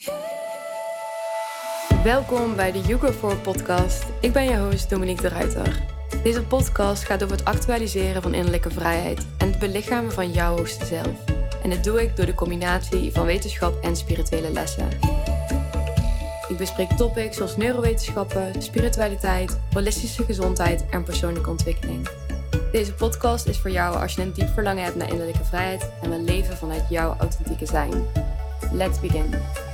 Welkom bij de You Grow 4 podcast. Ik ben je host Dominique de Ruiter. Deze podcast gaat over het actualiseren van innerlijke vrijheid en het belichamen van jouw hoogste zelf. En dat doe ik door de combinatie van wetenschap en spirituele lessen. Ik bespreek topics zoals neurowetenschappen, spiritualiteit, holistische gezondheid en persoonlijke ontwikkeling. Deze podcast is voor jou als je een diep verlangen hebt naar innerlijke vrijheid en wil leven vanuit jouw authentieke zijn. Let's begin.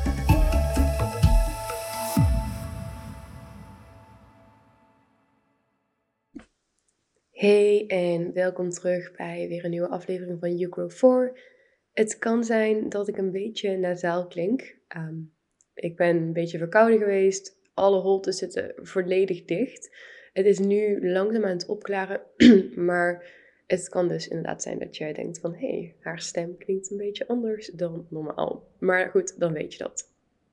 Hey en welkom terug bij weer een nieuwe aflevering van You Grow 4. Het kan zijn dat ik een beetje nasaal klink. Ik ben een beetje verkouden geweest. Alle holtes zitten volledig dicht. Het is nu langzaam aan het opklaren. Maar het kan dus inderdaad zijn dat jij denkt van... Hey, haar stem klinkt een beetje anders dan normaal. Maar goed, dan weet je dat.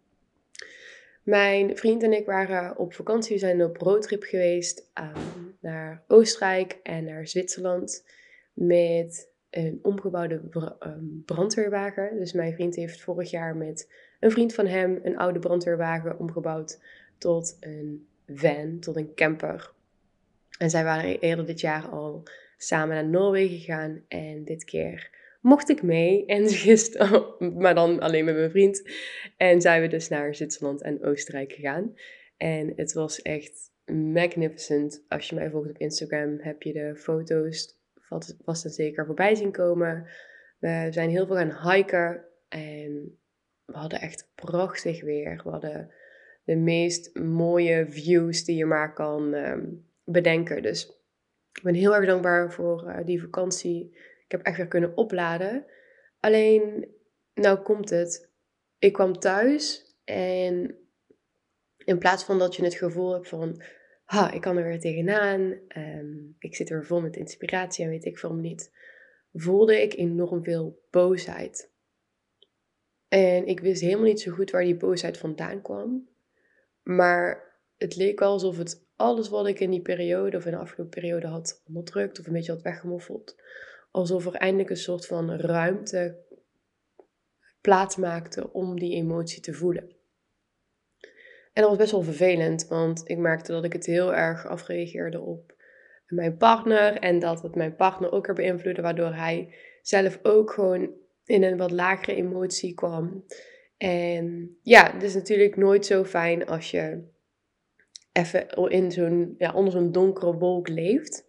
Mijn vriend en ik waren op vakantie. We zijn op roadtrip geweest naar Oostenrijk en naar Zwitserland met een omgebouwde brandweerwagen. Dus mijn vriend heeft vorig jaar met een vriend van hem een oude brandweerwagen omgebouwd tot een van, tot een camper. En zij waren eerder dit jaar al samen naar Noorwegen gegaan en dit keer mocht ik mee en gisteren, maar dan alleen met mijn vriend. En zijn we dus naar Zwitserland en Oostenrijk gegaan. En het was echt magnificent. Als je mij volgt op Instagram heb je de foto's vast en zeker voorbij zien komen. We zijn heel veel gaan hiken en we hadden echt prachtig weer. We hadden de meest mooie views die je maar kan bedenken. Dus ik ben heel erg dankbaar voor die vakantie. Ik heb echt weer kunnen opladen. Alleen, nou komt het. Ik kwam thuis en in plaats van dat je het gevoel hebt van... ik kan er weer tegenaan. Ik zit er vol met inspiratie en weet ik veel niet. Voelde ik enorm veel boosheid. En ik wist helemaal niet zo goed waar die boosheid vandaan kwam. Maar het leek wel alsof het alles wat ik in die periode of in de afgelopen periode had onderdrukt of een beetje had weggemoffeld. Alsof er eindelijk een soort van ruimte plaats maakte om die emotie te voelen. En dat was best wel vervelend, want ik merkte dat ik het heel erg afreageerde op mijn partner. En dat het mijn partner ook weer beïnvloedde, waardoor hij zelf ook gewoon in een wat lagere emotie kwam. En ja, het is natuurlijk nooit zo fijn als je even onder zo'n donkere wolk leeft.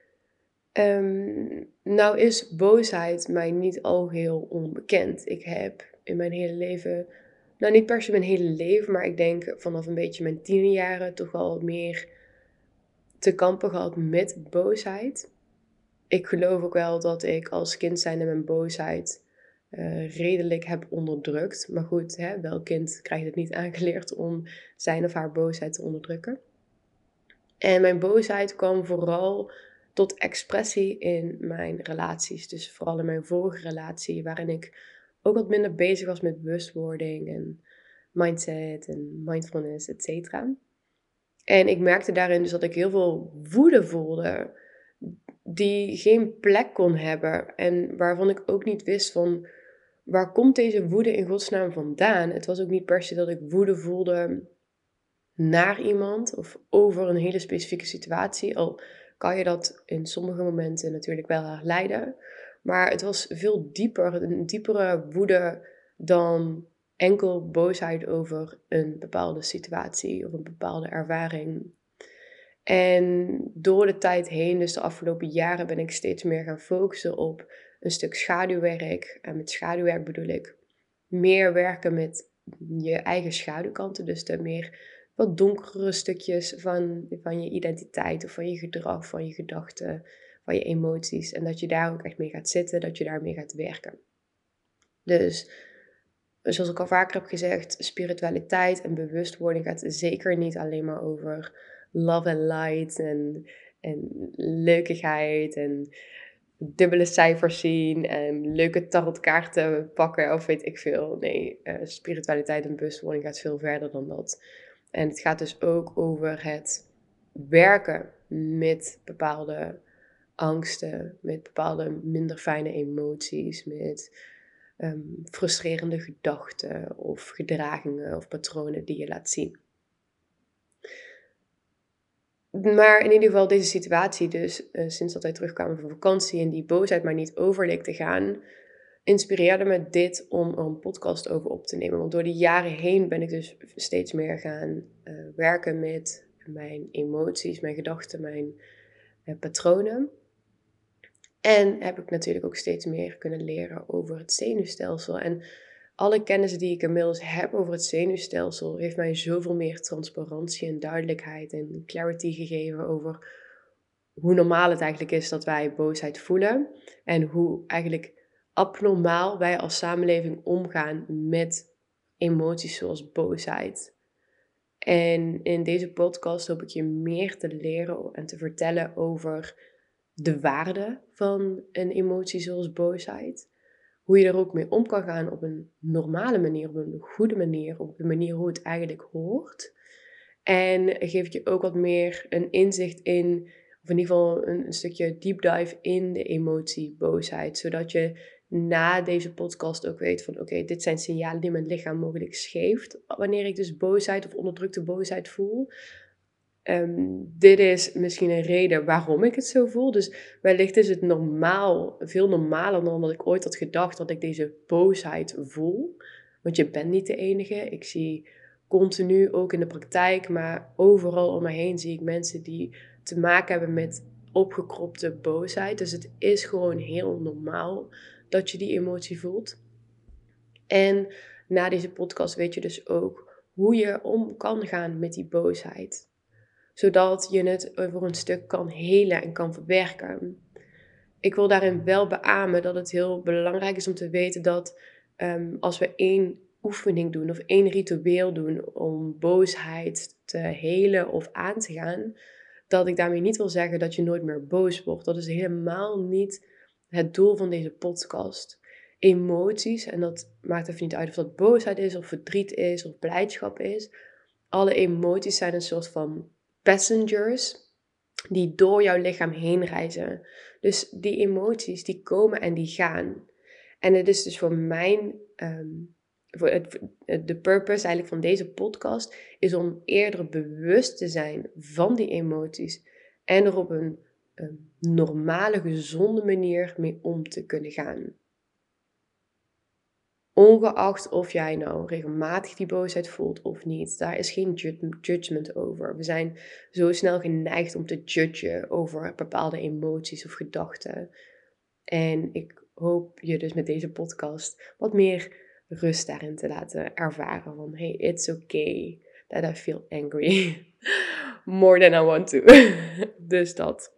Nou is boosheid mij niet al heel onbekend. Ik heb in mijn hele leven, nou niet per se mijn hele leven, maar ik denk vanaf een beetje mijn tienerjaren toch wel meer te kampen gehad met boosheid. Ik geloof ook wel dat ik als kind zijnde mijn boosheid redelijk heb onderdrukt. Maar goed, welk kind krijgt het niet aangeleerd om zijn of haar boosheid te onderdrukken. En mijn boosheid kwam vooral tot expressie in mijn relaties. Dus vooral in mijn vorige relatie, waarin ik ook wat minder bezig was met bewustwording en mindset en mindfulness, et cetera. En ik merkte daarin dus dat ik heel veel woede voelde, die geen plek kon hebben. En waarvan ik ook niet wist van, waar komt deze woede in godsnaam vandaan? Het was ook niet per se dat ik woede voelde naar iemand of over een hele specifieke situatie. Al kan je dat in sommige momenten natuurlijk wel herleiden. Maar het was veel dieper, een diepere woede dan enkel boosheid over een bepaalde situatie of een bepaalde ervaring. En door de tijd heen, dus de afgelopen jaren, ben ik steeds meer gaan focussen op een stuk schaduwwerk. En met schaduwwerk bedoel ik meer werken met je eigen schaduwkanten. Dus de meer wat donkere stukjes van je identiteit of van je gedrag, van je gedachten, van je emoties. En dat je daar ook echt mee gaat zitten, dat je daarmee gaat werken. Dus zoals ik al vaker heb gezegd, spiritualiteit en bewustwording gaat zeker niet alleen maar over love and light en leukigheid en dubbele cijfers zien en leuke tarotkaarten pakken of weet ik veel. Nee, spiritualiteit en bewustwording gaat veel verder dan dat. En het gaat dus ook over het werken met bepaalde angsten, met bepaalde minder fijne emoties, met frustrerende gedachten of gedragingen of patronen die je laat zien. Maar in ieder geval deze situatie dus, sinds dat wij terugkwamen van vakantie en die boosheid maar niet over leek te gaan, inspireerde me dit om er een podcast over op te nemen. Want door de jaren heen ben ik dus steeds meer gaan werken met mijn emoties, mijn gedachten, mijn patronen. En heb ik natuurlijk ook steeds meer kunnen leren over het zenuwstelsel. En alle kennis die ik inmiddels heb over het zenuwstelsel heeft mij zoveel meer transparantie en duidelijkheid en clarity gegeven over hoe normaal het eigenlijk is dat wij boosheid voelen. En hoe eigenlijk abnormaal wij als samenleving omgaan met emoties zoals boosheid. En in deze podcast hoop ik je meer te leren en te vertellen over de waarde van een emotie zoals boosheid. Hoe je er ook mee om kan gaan op een normale manier, op een goede manier, op een manier hoe het eigenlijk hoort. En geef ik je ook wat meer een inzicht in, of in ieder geval een stukje deep dive in de emotie boosheid. Zodat je na deze podcast ook weet van oké, dit zijn signalen die mijn lichaam mogelijk geeft. Wanneer ik dus boosheid of onderdrukte boosheid voel. Dit is misschien een reden waarom ik het zo voel. Dus wellicht is het normaal, veel normaler dan dat ik ooit had gedacht dat ik deze boosheid voel. Want je bent niet de enige. Ik zie continu, ook in de praktijk, maar overal om me heen zie ik mensen die te maken hebben met opgekropte boosheid. Dus het is gewoon heel normaal dat je die emotie voelt. En na deze podcast weet je dus ook hoe je om kan gaan met die boosheid. Zodat je het voor een stuk kan helen en kan verwerken. Ik wil daarin wel beamen dat het heel belangrijk is om te weten dat als we één oefening doen of één ritueel doen om boosheid te helen of aan te gaan, dat ik daarmee niet wil zeggen dat je nooit meer boos wordt. Dat is helemaal niet het doel van deze podcast. Emoties, en dat maakt even niet uit of dat boosheid is of verdriet is of blijdschap is. Alle emoties zijn een soort van passengers die door jouw lichaam heen reizen. Dus die emoties die komen en die gaan. En het is dus voor mijn, de purpose eigenlijk van deze podcast is om eerder bewust te zijn van die emoties en er op een normale, gezonde manier mee om te kunnen gaan. Ongeacht of jij nou regelmatig die boosheid voelt of niet, daar is geen judgment over. We zijn zo snel geneigd om te judgen over bepaalde emoties of gedachten. En ik hoop je dus met deze podcast wat meer rust daarin te laten ervaren. Van hey, it's okay that I feel angry. More than I want to. Dus dat.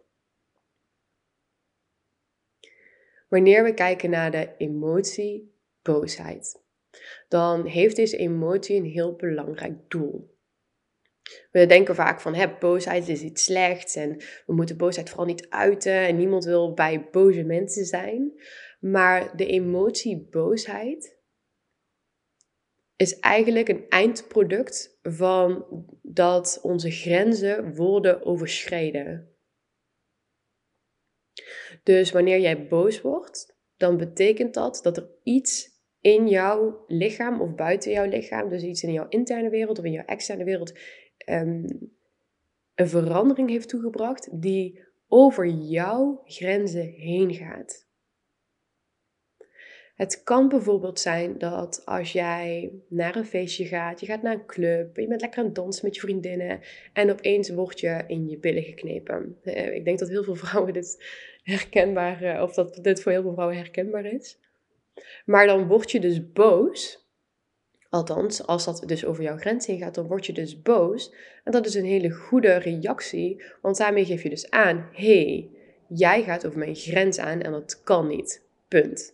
Wanneer we kijken naar de emotie boosheid, dan heeft deze emotie een heel belangrijk doel. We denken vaak van, boosheid is iets slechts en we moeten boosheid vooral niet uiten en niemand wil bij boze mensen zijn. Maar de emotie boosheid is eigenlijk een eindproduct van dat onze grenzen worden overschreden. Dus wanneer jij boos wordt, dan betekent dat er iets in jouw lichaam of buiten jouw lichaam, dus iets in jouw interne wereld of in jouw externe wereld, een verandering heeft toegebracht die over jouw grenzen heen gaat. Het kan bijvoorbeeld zijn dat als jij naar een feestje gaat, je gaat naar een club, je bent lekker aan het dansen met je vriendinnen en opeens word je in je billen geknepen. Ik denk dat heel veel vrouwen dit herkenbaar, of dat dit voor heel veel vrouwen herkenbaar is. Maar dan word je dus boos. Althans, als dat dus over jouw grens heen gaat, dan word je dus boos. En dat is een hele goede reactie, want daarmee geef je dus aan, hey, jij gaat over mijn grens aan en dat kan niet. Punt.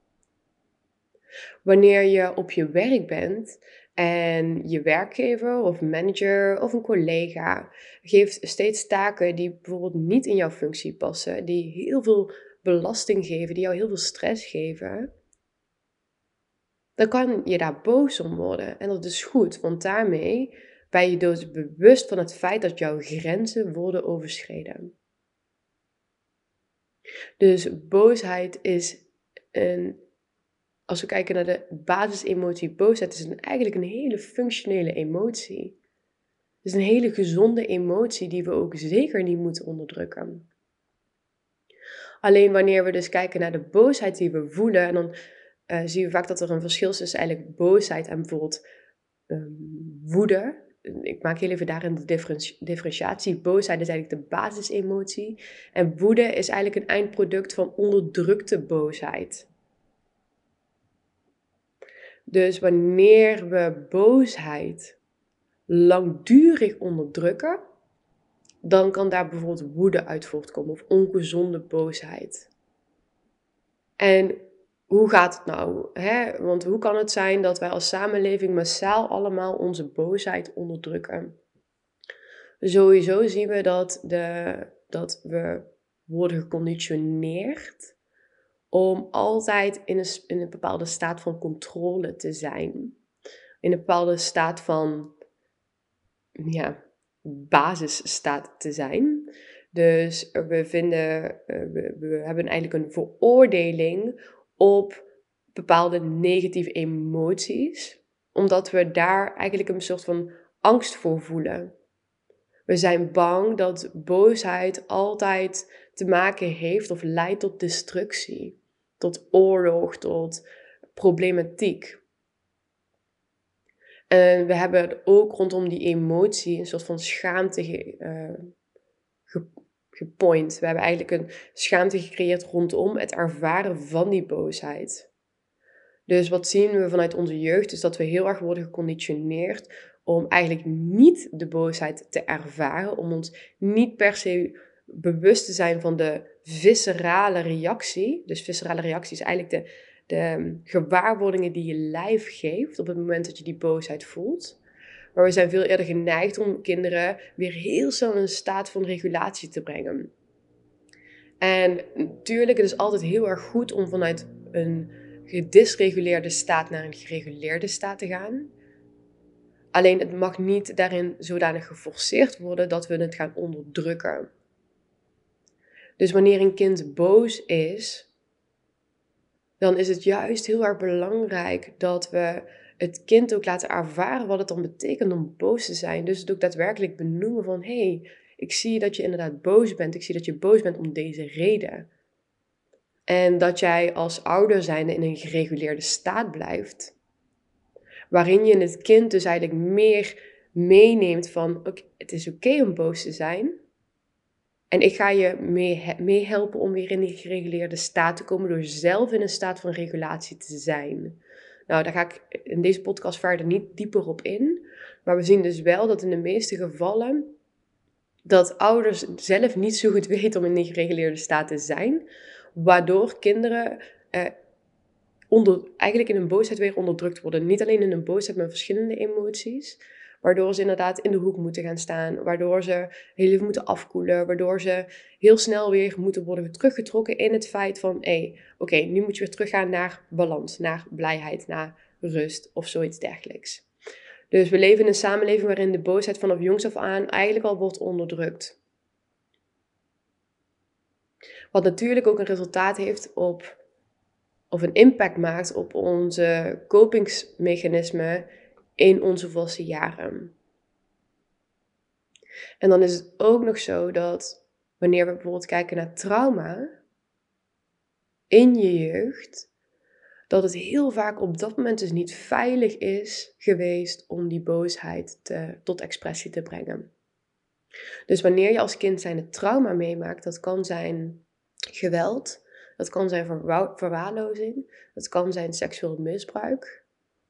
Wanneer je op je werk bent en je werkgever of manager of een collega geeft steeds taken die bijvoorbeeld niet in jouw functie passen, die heel veel belasting geven, die jou heel veel stress geven, dan kan je daar boos om worden. En dat is goed, want daarmee ben je dus bewust van het feit dat jouw grenzen worden overschreden. Dus boosheid is een als we kijken naar de basisemotie boosheid, is het eigenlijk een hele functionele emotie. Het is een hele gezonde emotie die we ook zeker niet moeten onderdrukken. Alleen wanneer we dus kijken naar de boosheid die we voelen, en dan zien we vaak dat er een verschil is tussen eigenlijk boosheid en bijvoorbeeld woede. Ik maak heel even daarin de differentiatie. Boosheid is eigenlijk de basisemotie. En woede is eigenlijk een eindproduct van onderdrukte boosheid. Dus wanneer we boosheid langdurig onderdrukken, dan kan daar bijvoorbeeld woede uit voortkomen of ongezonde boosheid. En hoe gaat het nou? Want hoe kan het zijn dat wij als samenleving massaal allemaal onze boosheid onderdrukken? Sowieso zien we dat we worden geconditioneerd om altijd in een bepaalde staat van controle te zijn. In een bepaalde staat van basisstaat te zijn. Dus we hebben eigenlijk een veroordeling op bepaalde negatieve emoties, omdat we daar eigenlijk een soort van angst voor voelen. We zijn bang dat boosheid altijd te maken heeft of leidt tot destructie, tot oorlog, tot problematiek. En we hebben ook rondom die emotie een soort van schaamte gepoint. We hebben eigenlijk een schaamte gecreëerd rondom het ervaren van die boosheid. Dus wat zien we vanuit onze jeugd is dat we heel erg worden geconditioneerd om eigenlijk niet de boosheid te ervaren, om ons niet per se bewust te zijn van de viscerale reactie. Dus viscerale reactie is eigenlijk de gewaarwordingen die je lijf geeft op het moment dat je die boosheid voelt. Maar we zijn veel eerder geneigd om kinderen weer heel snel in een staat van regulatie te brengen. En natuurlijk, het is altijd heel erg goed om vanuit een gedisreguleerde staat naar een gereguleerde staat te gaan. Alleen het mag niet daarin zodanig geforceerd worden dat we het gaan onderdrukken. Dus wanneer een kind boos is, dan is het juist heel erg belangrijk dat we het kind ook laten ervaren wat het dan betekent om boos te zijn. Dus het ook daadwerkelijk benoemen van, hey, ik zie dat je inderdaad boos bent. Ik zie dat je boos bent om deze reden. En dat jij als ouder zijnde in een gereguleerde staat blijft. Waarin je het kind dus eigenlijk meer meeneemt van, het is oké om boos te zijn. En ik ga je mee helpen om weer in die gereguleerde staat te komen door zelf in een staat van regulatie te zijn. Nou, daar ga ik in deze podcast verder niet dieper op in. Maar we zien dus wel dat in de meeste gevallen dat ouders zelf niet zo goed weten om in die gereguleerde staat te zijn. Waardoor kinderen eigenlijk in hun boosheid weer onderdrukt worden. Niet alleen in hun boosheid, maar verschillende emoties. Waardoor ze inderdaad in de hoek moeten gaan staan. Waardoor ze heel even moeten afkoelen. Waardoor ze heel snel weer moeten worden teruggetrokken in het feit van... Oké, nu moet je weer teruggaan naar balans, naar blijheid, naar rust of zoiets dergelijks. Dus we leven in een samenleving waarin de boosheid vanaf jongs af aan eigenlijk al wordt onderdrukt. Wat natuurlijk ook een resultaat heeft op... of een impact maakt op onze kopingsmechanismen in onze volwassen jaren. En dan is het ook nog zo dat wanneer we bijvoorbeeld kijken naar trauma in je jeugd, dat het heel vaak op dat moment dus niet veilig is geweest om die boosheid tot expressie te brengen. Dus wanneer je als kind zijn trauma meemaakt, dat kan zijn geweld, dat kan zijn verwaarlozing, dat kan zijn seksueel misbruik.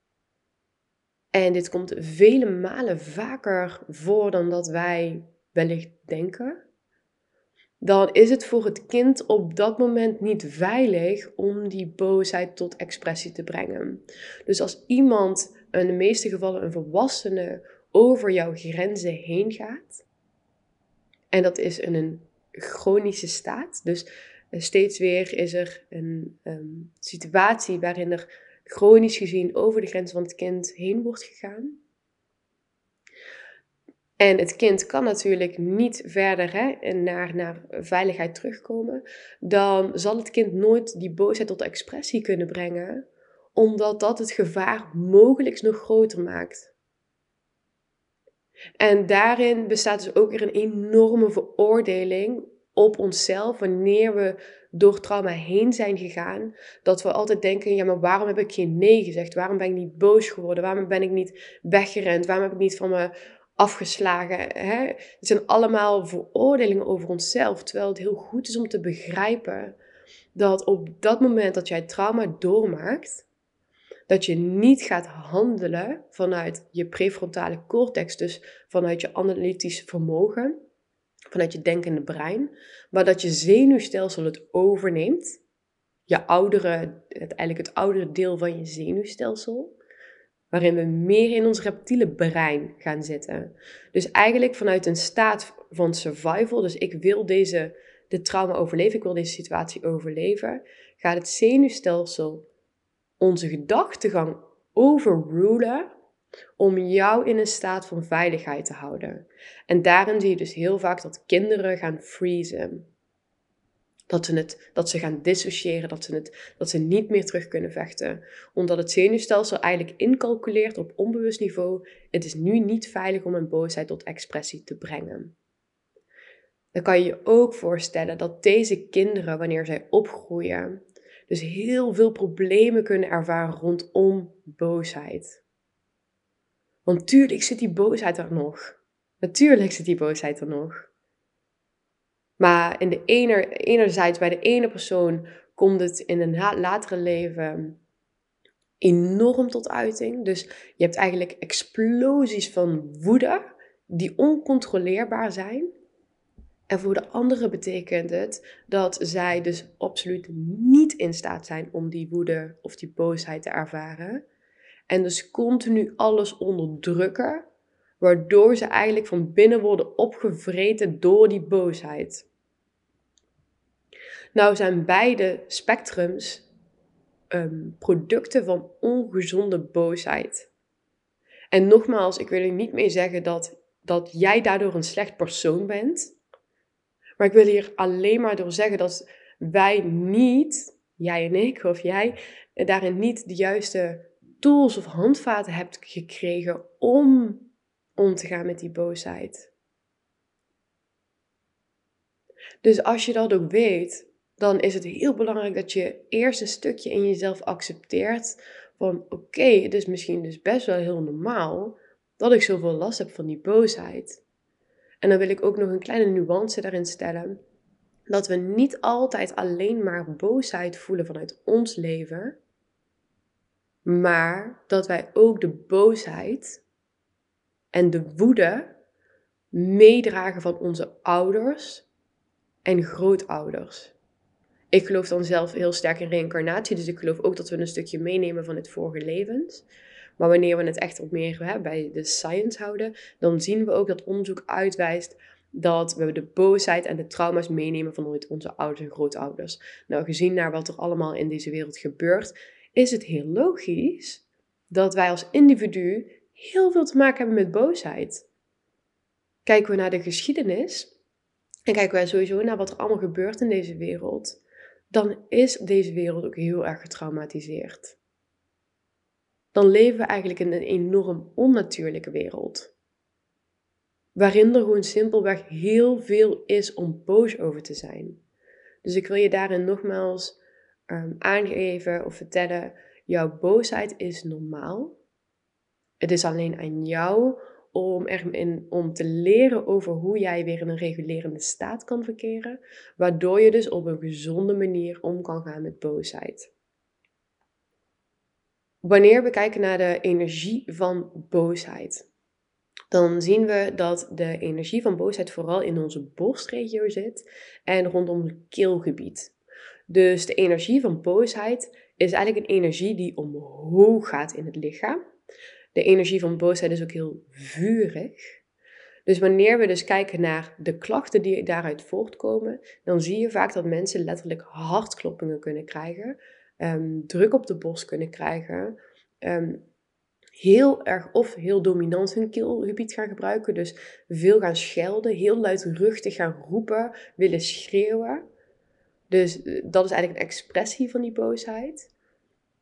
En dit komt vele malen vaker voor dan dat wij wellicht denken. Dan is het voor het kind op dat moment niet veilig om die boosheid tot expressie te brengen. Dus als iemand, in de meeste gevallen een volwassene, over jouw grenzen heen gaat, en dat is in een chronische staat, dus steeds weer is er een situatie waarin er chronisch gezien over de grens van het kind heen wordt gegaan. En het kind kan natuurlijk niet verder naar veiligheid terugkomen. Dan zal het kind nooit die boosheid tot expressie kunnen brengen. Omdat dat het gevaar mogelijk nog groter maakt. En daarin bestaat dus ook weer een enorme veroordeling op onszelf wanneer we door trauma heen zijn gegaan. Dat we altijd denken, ja, maar waarom heb ik geen nee gezegd? Waarom ben ik niet boos geworden? Waarom ben ik niet weggerend? Waarom heb ik niet van me afgeslagen? Hè? Het zijn allemaal veroordelingen over onszelf. Terwijl het heel goed is om te begrijpen dat op dat moment dat jij trauma doormaakt, dat je niet gaat handelen vanuit je prefrontale cortex, dus vanuit je analytische vermogen, vanuit je denkende brein, maar dat je zenuwstelsel het overneemt. Eigenlijk het oudere deel van je zenuwstelsel, waarin we meer in ons reptiele brein gaan zitten. Dus eigenlijk vanuit een staat van survival, dus ik wil dit trauma overleven, ik wil deze situatie overleven, gaat het zenuwstelsel onze gedachtegang overrulen om jou in een staat van veiligheid te houden. En daarin zie je dus heel vaak dat kinderen gaan freezen. Dat ze gaan dissociëren, dat ze niet meer terug kunnen vechten. Omdat het zenuwstelsel eigenlijk incalculeert op onbewust niveau, het is nu niet veilig om een boosheid tot expressie te brengen. Dan kan je je ook voorstellen dat deze kinderen, wanneer zij opgroeien, dus heel veel problemen kunnen ervaren rondom boosheid. Want tuurlijk zit die boosheid er nog. Natuurlijk zit die boosheid er nog. Maar enerzijds bij de ene persoon komt het in een latere leven enorm tot uiting. Dus je hebt eigenlijk explosies van woede die oncontroleerbaar zijn. En voor de andere betekent het dat zij dus absoluut niet in staat zijn om die woede of die boosheid te ervaren. En dus continu alles onderdrukken, waardoor ze eigenlijk van binnen worden opgevreten door die boosheid. Nou zijn beide spectrums producten van ongezonde boosheid. En nogmaals, ik wil er niet mee zeggen dat jij daardoor een slecht persoon bent. Maar ik wil hier alleen maar door zeggen dat wij niet, jij en ik of jij, daarin niet de juiste tools of handvaten hebt gekregen om te gaan met die boosheid. Dus als je dat ook weet, dan is het heel belangrijk dat je eerst een stukje in jezelf accepteert van oké, het is misschien dus best wel heel normaal dat ik zoveel last heb van die boosheid. En dan wil ik ook nog een kleine nuance daarin stellen. Dat we niet altijd alleen maar boosheid voelen vanuit ons leven. Maar dat wij ook de boosheid en de woede meedragen van onze ouders en grootouders. Ik geloof dan zelf heel sterk in reïncarnatie. Dus ik geloof ook dat we een stukje meenemen van het vorige levens. Maar wanneer we het echt op meer bij de science houden, dan zien we ook dat onderzoek uitwijst dat we de boosheid en de trauma's meenemen vanuit onze ouders en grootouders. Nou, gezien naar wat er allemaal in deze wereld gebeurt, is het heel logisch dat wij als individu heel veel te maken hebben met boosheid. Kijken we naar de geschiedenis en kijken wij sowieso naar wat er allemaal gebeurt in deze wereld, dan is deze wereld ook heel erg getraumatiseerd. Dan leven we eigenlijk in een enorm onnatuurlijke wereld. Waarin er gewoon simpelweg heel veel is om boos over te zijn. Dus ik wil je daarin nogmaals aangeven of vertellen, jouw boosheid is normaal. Het is alleen aan jou om te leren over hoe jij weer in een regulerende staat kan verkeren. Waardoor je dus op een gezonde manier om kan gaan met boosheid. Wanneer we kijken naar de energie van boosheid, dan zien we dat de energie van boosheid vooral in onze borstregio zit en rondom het keelgebied. Dus de energie van boosheid is eigenlijk een energie die omhoog gaat in het lichaam. De energie van boosheid is ook heel vurig. Dus wanneer we dus kijken naar de klachten die daaruit voortkomen, dan zie je vaak dat mensen letterlijk hartkloppingen kunnen krijgen, druk op de borst kunnen krijgen, heel erg of heel dominant hun keelgebied gaan gebruiken. Dus veel gaan schelden, heel luidruchtig gaan roepen, willen schreeuwen. Dus dat is eigenlijk een expressie van die boosheid.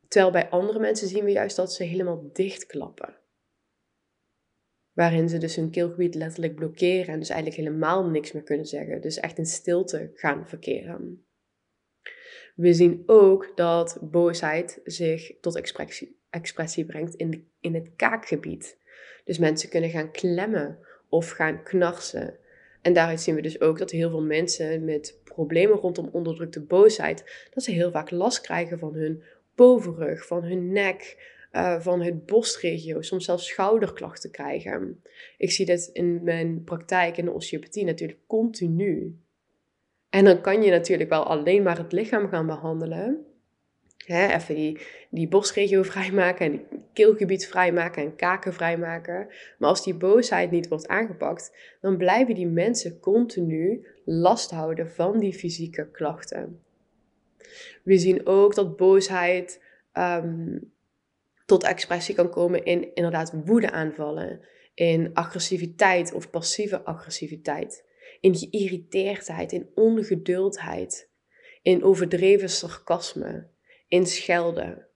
Terwijl bij andere mensen zien we juist dat ze helemaal dichtklappen. Waarin ze dus hun keelgebied letterlijk blokkeren en dus eigenlijk helemaal niks meer kunnen zeggen. Dus echt in stilte gaan verkeren. We zien ook dat boosheid zich tot expressie brengt in het kaakgebied. Dus mensen kunnen gaan klemmen of gaan knarsen. En daaruit zien we dus ook dat heel veel mensen met problemen rondom onderdrukte boosheid, dat ze heel vaak last krijgen van hun bovenrug, van hun nek, van hun borstregio, soms zelfs schouderklachten krijgen. Ik zie dit in mijn praktijk in de osteopathie natuurlijk continu. En dan kan je natuurlijk wel alleen maar het lichaam gaan behandelen. Even die borstregio vrijmaken en die keelgebied vrijmaken en kaken vrijmaken. Maar als die boosheid niet wordt aangepakt, dan blijven die mensen continu last houden van die fysieke klachten. We zien ook dat boosheid tot expressie kan komen in inderdaad woedeaanvallen, in agressiviteit of passieve agressiviteit, in geïrriteerdheid, in ongeduldheid, in overdreven sarcasme, in schelden.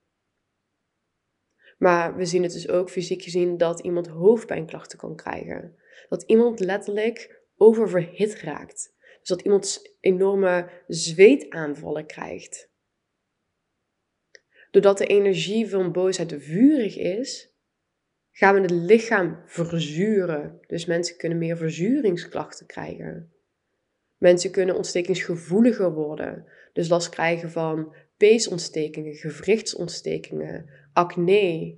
Maar we zien het dus ook fysiek gezien dat iemand hoofdpijnklachten kan krijgen. Dat iemand letterlijk oververhit raakt. Dus dat iemand enorme zweetaanvallen krijgt. Doordat de energie van boosheid vurig is, gaan we het lichaam verzuren. Dus mensen kunnen meer verzuringsklachten krijgen. Mensen kunnen ontstekingsgevoeliger worden. Dus last krijgen van peesontstekingen, gewrichtsontstekingen, acne,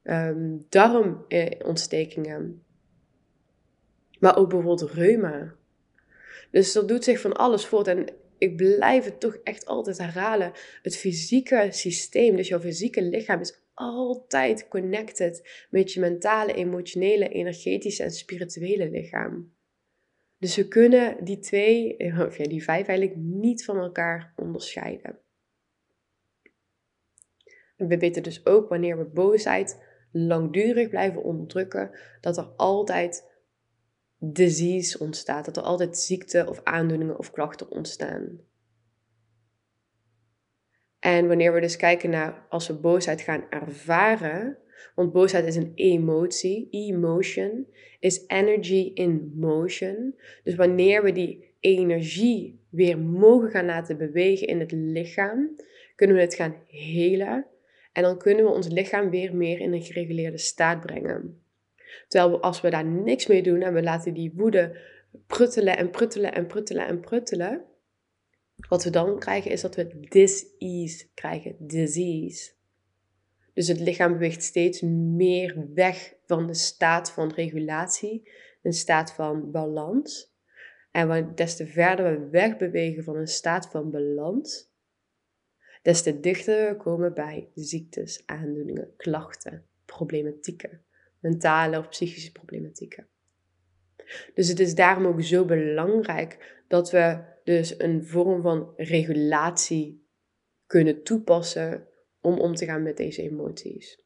darmontstekingen. Maar ook bijvoorbeeld reuma. Dus er doet zich van alles voort. En ik blijf het toch echt altijd herhalen. Het fysieke systeem, dus jouw fysieke lichaam, is altijd connected met je mentale, emotionele, energetische en spirituele lichaam. Dus we kunnen die die vijf eigenlijk niet van elkaar onderscheiden. En we weten dus ook wanneer we boosheid langdurig blijven onderdrukken, dat er altijd disease ontstaat, dat er altijd ziekte of aandoeningen of klachten ontstaan. En wanneer we dus kijken naar als we boosheid gaan ervaren, want boosheid is een emotie, emotion, is energy in motion. Dus wanneer we die energie weer mogen gaan laten bewegen in het lichaam, kunnen we het gaan helen. En dan kunnen we ons lichaam weer meer in een gereguleerde staat brengen. Terwijl als we daar niks mee doen en we laten die woede pruttelen en pruttelen en pruttelen en pruttelen, wat we dan krijgen is dat we dis-ease krijgen, disease. Dus het lichaam beweegt steeds meer weg van de staat van regulatie, een staat van balans. En des te verder we wegbewegen van een staat van balans, des te dichter we komen bij ziektes, aandoeningen, klachten, problematieken, mentale of psychische problematieken. Dus het is daarom ook zo belangrijk dat we dus een vorm van regulatie kunnen toepassen om te gaan met deze emoties.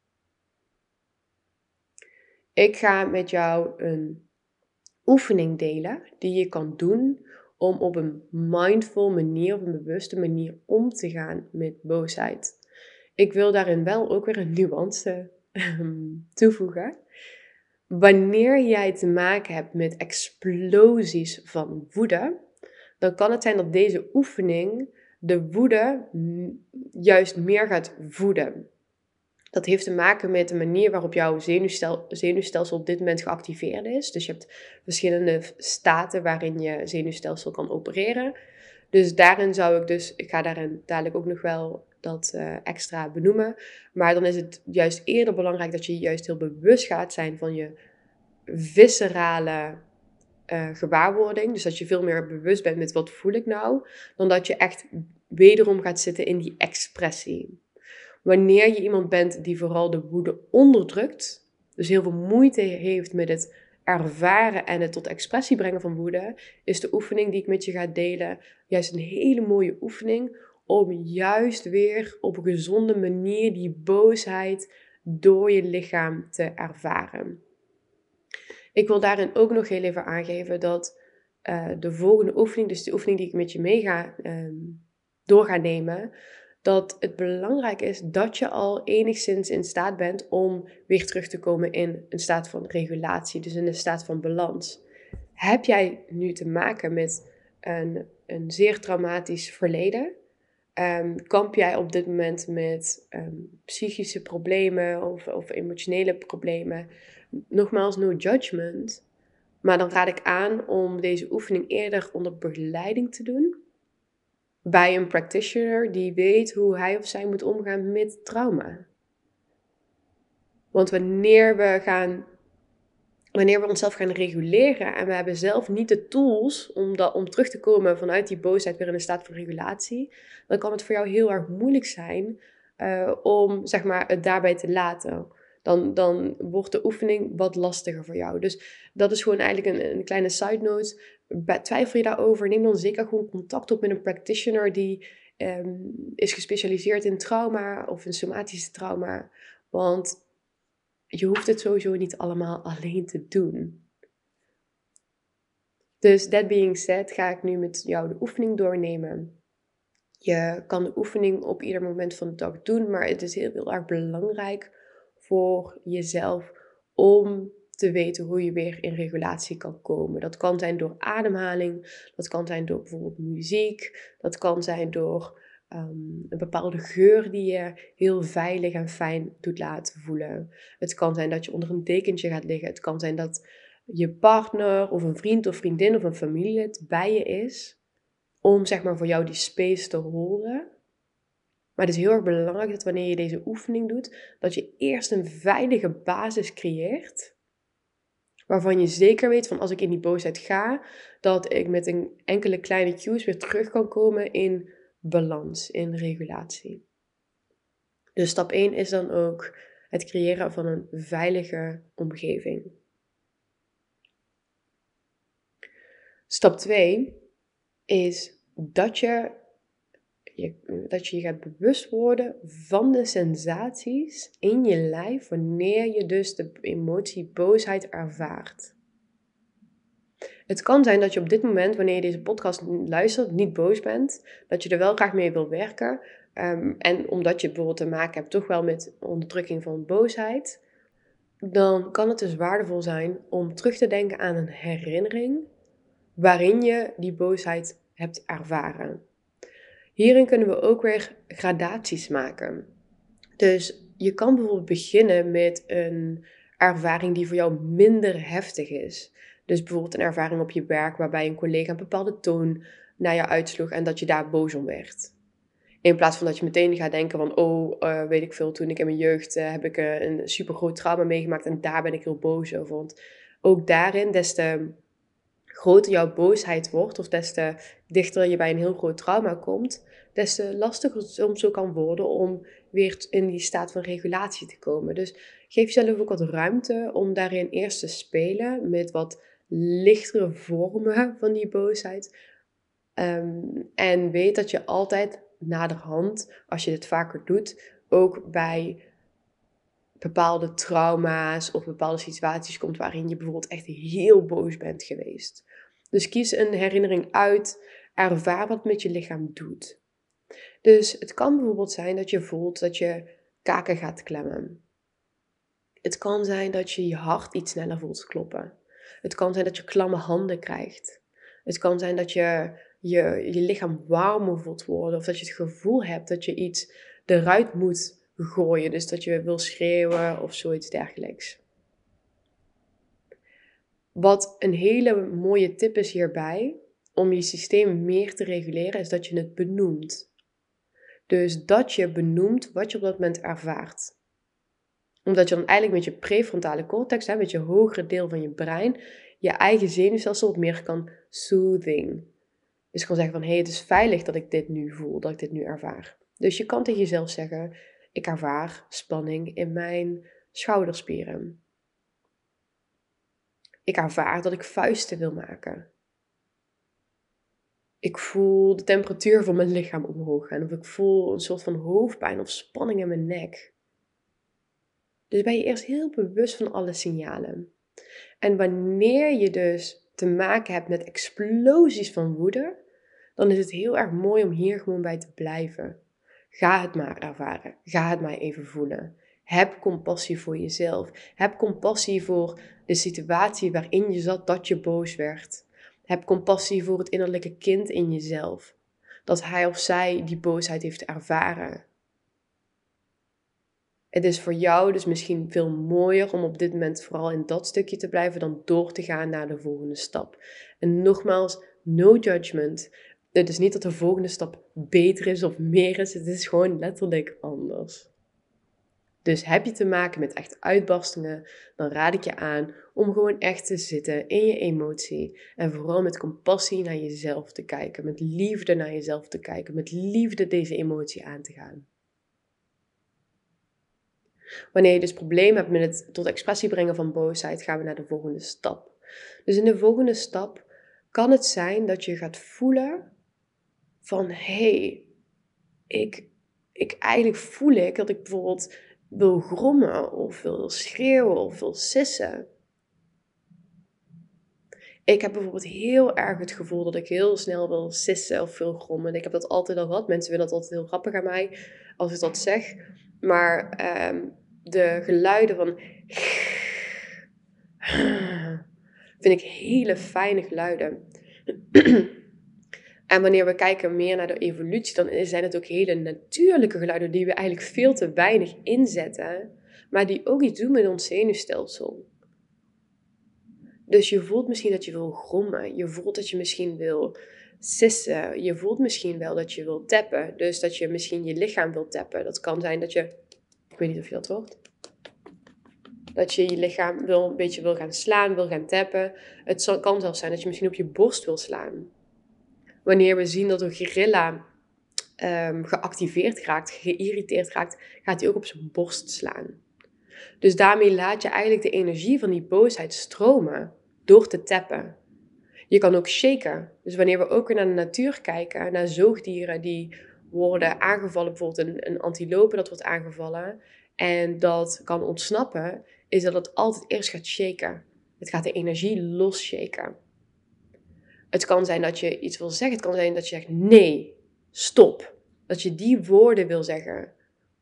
Ik ga met jou een oefening delen die je kan doen om op een mindful manier, op een bewuste manier om te gaan met boosheid. Ik wil daarin wel ook weer een nuance toevoegen. Wanneer jij te maken hebt met explosies van woede, dan kan het zijn dat deze oefening de woede juist meer gaat voeden. Dat heeft te maken met de manier waarop jouw zenuwstelsel op dit moment geactiveerd is. Dus je hebt verschillende staten waarin je zenuwstelsel kan opereren. Dus daarin ik ga daarin dadelijk ook nog wel dat extra benoemen. Maar dan is het juist eerder belangrijk dat je juist heel bewust gaat zijn van je viscerale gewaarwording. Dus dat je veel meer bewust bent met wat voel ik nou. Dan dat je echt wederom gaat zitten in die expressie. Wanneer je iemand bent die vooral de woede onderdrukt, dus heel veel moeite heeft met het ervaren en het tot expressie brengen van woede, is de oefening die ik met je ga delen juist een hele mooie oefening om juist weer op een gezonde manier die boosheid door je lichaam te ervaren. Ik wil daarin ook nog heel even aangeven dat de volgende oefening, dus de oefening die ik met je door ga nemen, dat het belangrijk is dat je al enigszins in staat bent om weer terug te komen in een staat van regulatie, dus in een staat van balans. Heb jij nu te maken met een zeer traumatisch verleden? Kamp jij op dit moment met psychische problemen of emotionele problemen? Nogmaals, no judgment. Maar dan raad ik aan om deze oefening eerder onder begeleiding te doen. Bij een practitioner die weet hoe hij of zij moet omgaan met trauma. Want wanneer we onszelf gaan reguleren en we hebben zelf niet de tools om terug te komen vanuit die boosheid weer in een staat van regulatie, dan kan het voor jou heel erg moeilijk zijn om zeg maar, het daarbij te laten. Dan wordt de oefening wat lastiger voor jou. Dus dat is gewoon eigenlijk een kleine side note. Twijfel je daarover, neem dan zeker gewoon contact op met een practitioner die is gespecialiseerd in trauma of in somatische trauma. Want je hoeft het sowieso niet allemaal alleen te doen. Dus that being said, ga ik nu met jou de oefening doornemen. Je kan de oefening op ieder moment van de dag doen, maar het is heel erg belangrijk voor jezelf om te weten hoe je weer in regulatie kan komen. Dat kan zijn door ademhaling, dat kan zijn door bijvoorbeeld muziek, dat kan zijn door een bepaalde geur die je heel veilig en fijn doet laten voelen. Het kan zijn dat je onder een dekentje gaat liggen. Het kan zijn dat je partner of een vriend of vriendin of een familielid bij je is om zeg maar voor jou die space te horen. Maar het is heel erg belangrijk dat wanneer je deze oefening doet, dat je eerst een veilige basis creëert. Waarvan je zeker weet van als ik in die boosheid ga, dat ik met een enkele kleine cues weer terug kan komen in balans, in regulatie. Dus stap 1 is dan ook het creëren van een veilige omgeving. Stap 2 is dat je gaat bewust worden van de sensaties in je lijf wanneer je dus de emotie boosheid ervaart. Het kan zijn dat je op dit moment, wanneer je deze podcast luistert, niet boos bent. Dat je er wel graag mee wil werken. En omdat je bijvoorbeeld te maken hebt toch wel met onderdrukking van boosheid. Dan kan het dus waardevol zijn om terug te denken aan een herinnering waarin je die boosheid hebt ervaren. Hierin kunnen we ook weer gradaties maken. Dus je kan bijvoorbeeld beginnen met een ervaring die voor jou minder heftig is. Dus bijvoorbeeld een ervaring op je werk waarbij een collega een bepaalde toon naar je uitsloeg en dat je daar boos om werd. In plaats van dat je meteen gaat denken van, weet ik veel, toen ik in mijn jeugd heb ik een supergroot trauma meegemaakt en daar ben ik heel boos over. Want ook daarin, des te groter jouw boosheid wordt of des te dichter je bij een heel groot trauma komt, des te lastiger het soms ook kan worden om weer in die staat van regulatie te komen. Dus geef jezelf ook wat ruimte om daarin eerst te spelen met wat lichtere vormen van die boosheid. En weet dat je altijd naderhand, als je dit vaker doet, ook bij bepaalde trauma's of bepaalde situaties komt waarin je bijvoorbeeld echt heel boos bent geweest. Dus kies een herinnering uit, ervaar wat het met je lichaam doet. Dus het kan bijvoorbeeld zijn dat je voelt dat je kaken gaat klemmen. Het kan zijn dat je je hart iets sneller voelt kloppen. Het kan zijn dat je klamme handen krijgt. Het kan zijn dat je lichaam warmer voelt worden. Of dat je het gevoel hebt dat je iets eruit moet gooien. Dus dat je wil schreeuwen of zoiets dergelijks. Wat een hele mooie tip is hierbij, om je systeem meer te reguleren, is dat je het benoemt. Dus dat je benoemt wat je op dat moment ervaart. Omdat je dan eigenlijk met je prefrontale cortex, met je hogere deel van je brein, je eigen zenuwstelsel wat meer kan soothing. Dus kan zeggen van, het is veilig dat ik dit nu voel, dat ik dit nu ervaar. Dus je kan tegen jezelf zeggen, ik ervaar spanning in mijn schouderspieren. Ik ervaar dat ik vuisten wil maken. Ik voel de temperatuur van mijn lichaam omhoog gaan. Of ik voel een soort van hoofdpijn of spanning in mijn nek. Dus ben je eerst heel bewust van alle signalen. En wanneer je dus te maken hebt met explosies van woede, dan is het heel erg mooi om hier gewoon bij te blijven. Ga het maar ervaren. Ga het maar even voelen. Heb compassie voor jezelf. Heb compassie voor de situatie waarin je zat dat je boos werd. Heb compassie voor het innerlijke kind in jezelf. Dat hij of zij die boosheid heeft ervaren. Het is voor jou dus misschien veel mooier om op dit moment vooral in dat stukje te blijven dan door te gaan naar de volgende stap. En nogmaals, no judgment. Het is niet dat de volgende stap beter is of meer is. Het is gewoon letterlijk anders. Dus heb je te maken met echt uitbarstingen, dan raad ik je aan om gewoon echt te zitten in je emotie. En vooral met compassie naar jezelf te kijken. Met liefde naar jezelf te kijken. Met liefde deze emotie aan te gaan. Wanneer je dus problemen hebt met het tot expressie brengen van boosheid, gaan we naar de volgende stap. Dus in de volgende stap kan het zijn dat je gaat voelen van eigenlijk voel ik dat ik bijvoorbeeld wil grommen of wil schreeuwen of wil sissen. Ik heb bijvoorbeeld heel erg het gevoel dat ik heel snel wil sissen of wil grommen. Ik heb dat altijd al gehad. Mensen vinden dat altijd heel grappig aan mij als ik dat zeg. Maar de geluiden van vind ik hele fijne geluiden. En wanneer we kijken meer naar de evolutie, dan zijn het ook hele natuurlijke geluiden die we eigenlijk veel te weinig inzetten, maar die ook iets doen met ons zenuwstelsel. Dus je voelt misschien dat je wil grommen, je voelt dat je misschien wil sissen, je voelt misschien wel dat je wil tappen, dus dat je misschien je lichaam wil tappen. Dat kan zijn dat je, ik weet niet of je dat hoort, dat je je lichaam een beetje wil gaan slaan, wil gaan tappen. Het kan zelfs zijn dat je misschien op je borst wil slaan. Wanneer we zien dat een gorilla geactiveerd raakt, geïrriteerd raakt, gaat hij ook op zijn borst slaan. Dus daarmee laat je eigenlijk de energie van die boosheid stromen door te tappen. Je kan ook shaken. Dus wanneer we ook weer naar de natuur kijken, naar zoogdieren die worden aangevallen, bijvoorbeeld een antilope dat wordt aangevallen en dat kan ontsnappen, is dat het altijd eerst gaat shaken. Het gaat de energie losshaken. Het kan zijn dat je iets wil zeggen. Het kan zijn dat je zegt nee, stop. Dat je die woorden wil zeggen.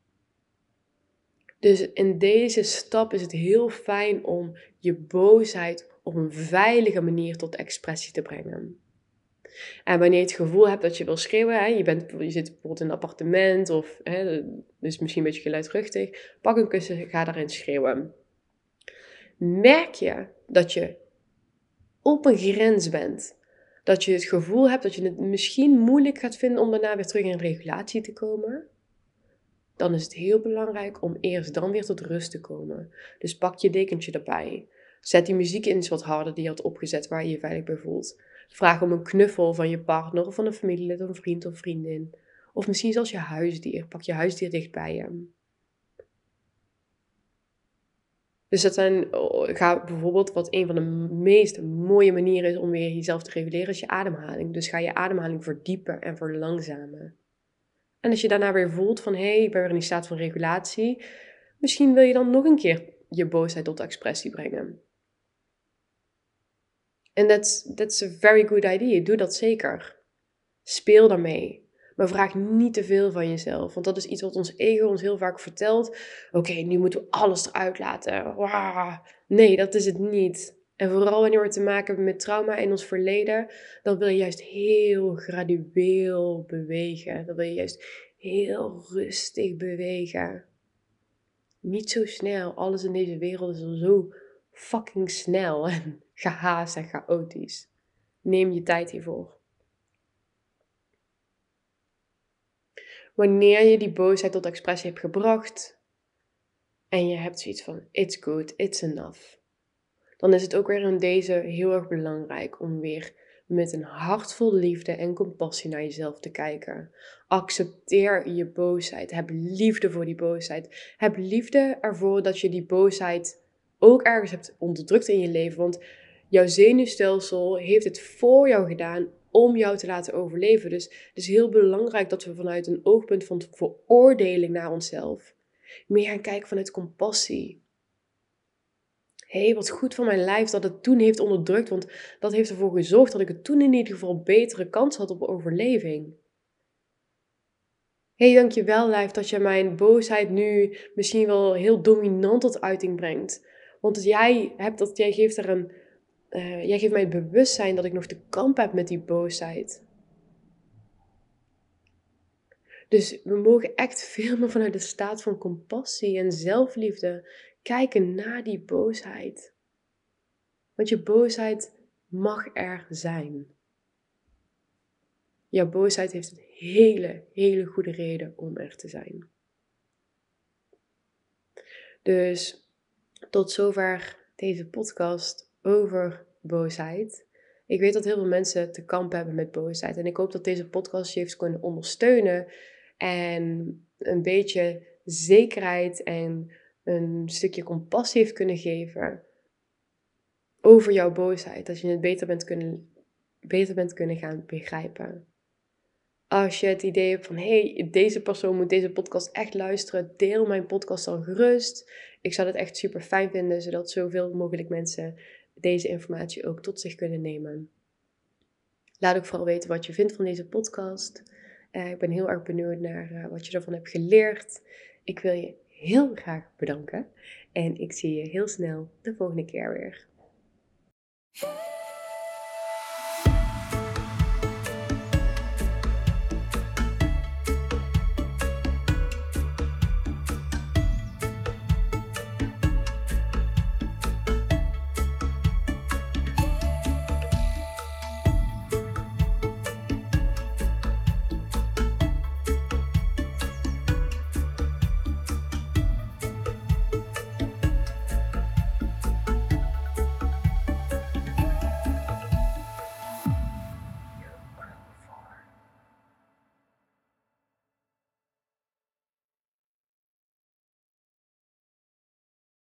Dus in deze stap is het heel fijn om je boosheid op een veilige manier tot expressie te brengen. En wanneer je het gevoel hebt dat je wil schreeuwen, je zit bijvoorbeeld in een appartement of dus misschien een beetje geluidruchtig, pak een kussen, ga daarin schreeuwen. Merk je dat je op een grens bent, dat je het gevoel hebt dat je het misschien moeilijk gaat vinden om daarna weer terug in regulatie te komen, dan is het heel belangrijk om eerst dan weer tot rust te komen. Dus pak je dekentje erbij. Zet die muziek eens wat harder die je had opgezet waar je je veilig bij voelt. Vraag om een knuffel van je partner of van een familielid, een vriend of vriendin. Of misschien zelfs je huisdier. Pak je huisdier dicht bij je. Dus ga bijvoorbeeld, wat een van de meest mooie manieren is om weer jezelf te reguleren, is je ademhaling. Dus ga je ademhaling verdiepen en verlangzamen. En als je daarna weer voelt van, ik ben weer in die staat van regulatie, misschien wil je dan nog een keer je boosheid tot expressie brengen. En that's a very good idea. Doe dat zeker. Speel daarmee. Maar vraag niet te veel van jezelf. Want dat is iets wat ons ego ons heel vaak vertelt. Oké, nu moeten we alles eruit laten. Nee, dat is het niet. En vooral wanneer we te maken hebben met trauma in ons verleden, dan wil je juist heel gradueel bewegen. Dan wil je juist heel rustig bewegen. Niet zo snel. Alles in deze wereld is al zo fucking snel en gehaast en chaotisch. Neem je tijd hiervoor. Wanneer je die boosheid tot expressie hebt gebracht en je hebt zoiets van it's good, it's enough, dan is het ook weer in deze heel erg belangrijk om weer met een hart vol liefde en compassie naar jezelf te kijken. Accepteer je boosheid. Heb liefde voor die boosheid. Heb liefde ervoor dat je die boosheid ook ergens hebt onderdrukt in je leven. Want jouw zenuwstelsel heeft het voor jou gedaan om jou te laten overleven. Dus het is heel belangrijk dat we vanuit een oogpunt van veroordeling naar onszelf meer gaan kijken vanuit compassie. Wat goed voor mijn lijf dat het toen heeft onderdrukt, want dat heeft ervoor gezorgd dat ik het toen in ieder geval betere kans had op overleving. Hey, dankjewel lijf dat je mijn boosheid nu misschien wel heel dominant tot uiting brengt. Want jij geeft jij geeft mij het bewustzijn dat ik nog te kampen heb met die boosheid. Dus we mogen echt veel meer vanuit de staat van compassie en zelfliefde kijken naar die boosheid. Want je boosheid mag er zijn. Jouw boosheid heeft een hele goede reden om er te zijn. Dus tot zover deze podcast over boosheid. Ik weet dat heel veel mensen te kampen hebben met boosheid. En ik hoop dat deze podcast je heeft kunnen ondersteunen. En een beetje zekerheid en een stukje compassie heeft kunnen geven over jouw boosheid. Dat je het beter bent kunnen gaan begrijpen. Als je het idee hebt van, hey, deze persoon moet deze podcast echt luisteren, deel mijn podcast dan gerust. Ik zou het echt super fijn vinden, zodat zoveel mogelijk mensen deze informatie ook tot zich kunnen nemen. Laat ook vooral weten wat je vindt van deze podcast. Ik ben heel erg benieuwd naar wat je ervan hebt geleerd. Ik wil je heel graag bedanken. En ik zie je heel snel de volgende keer weer.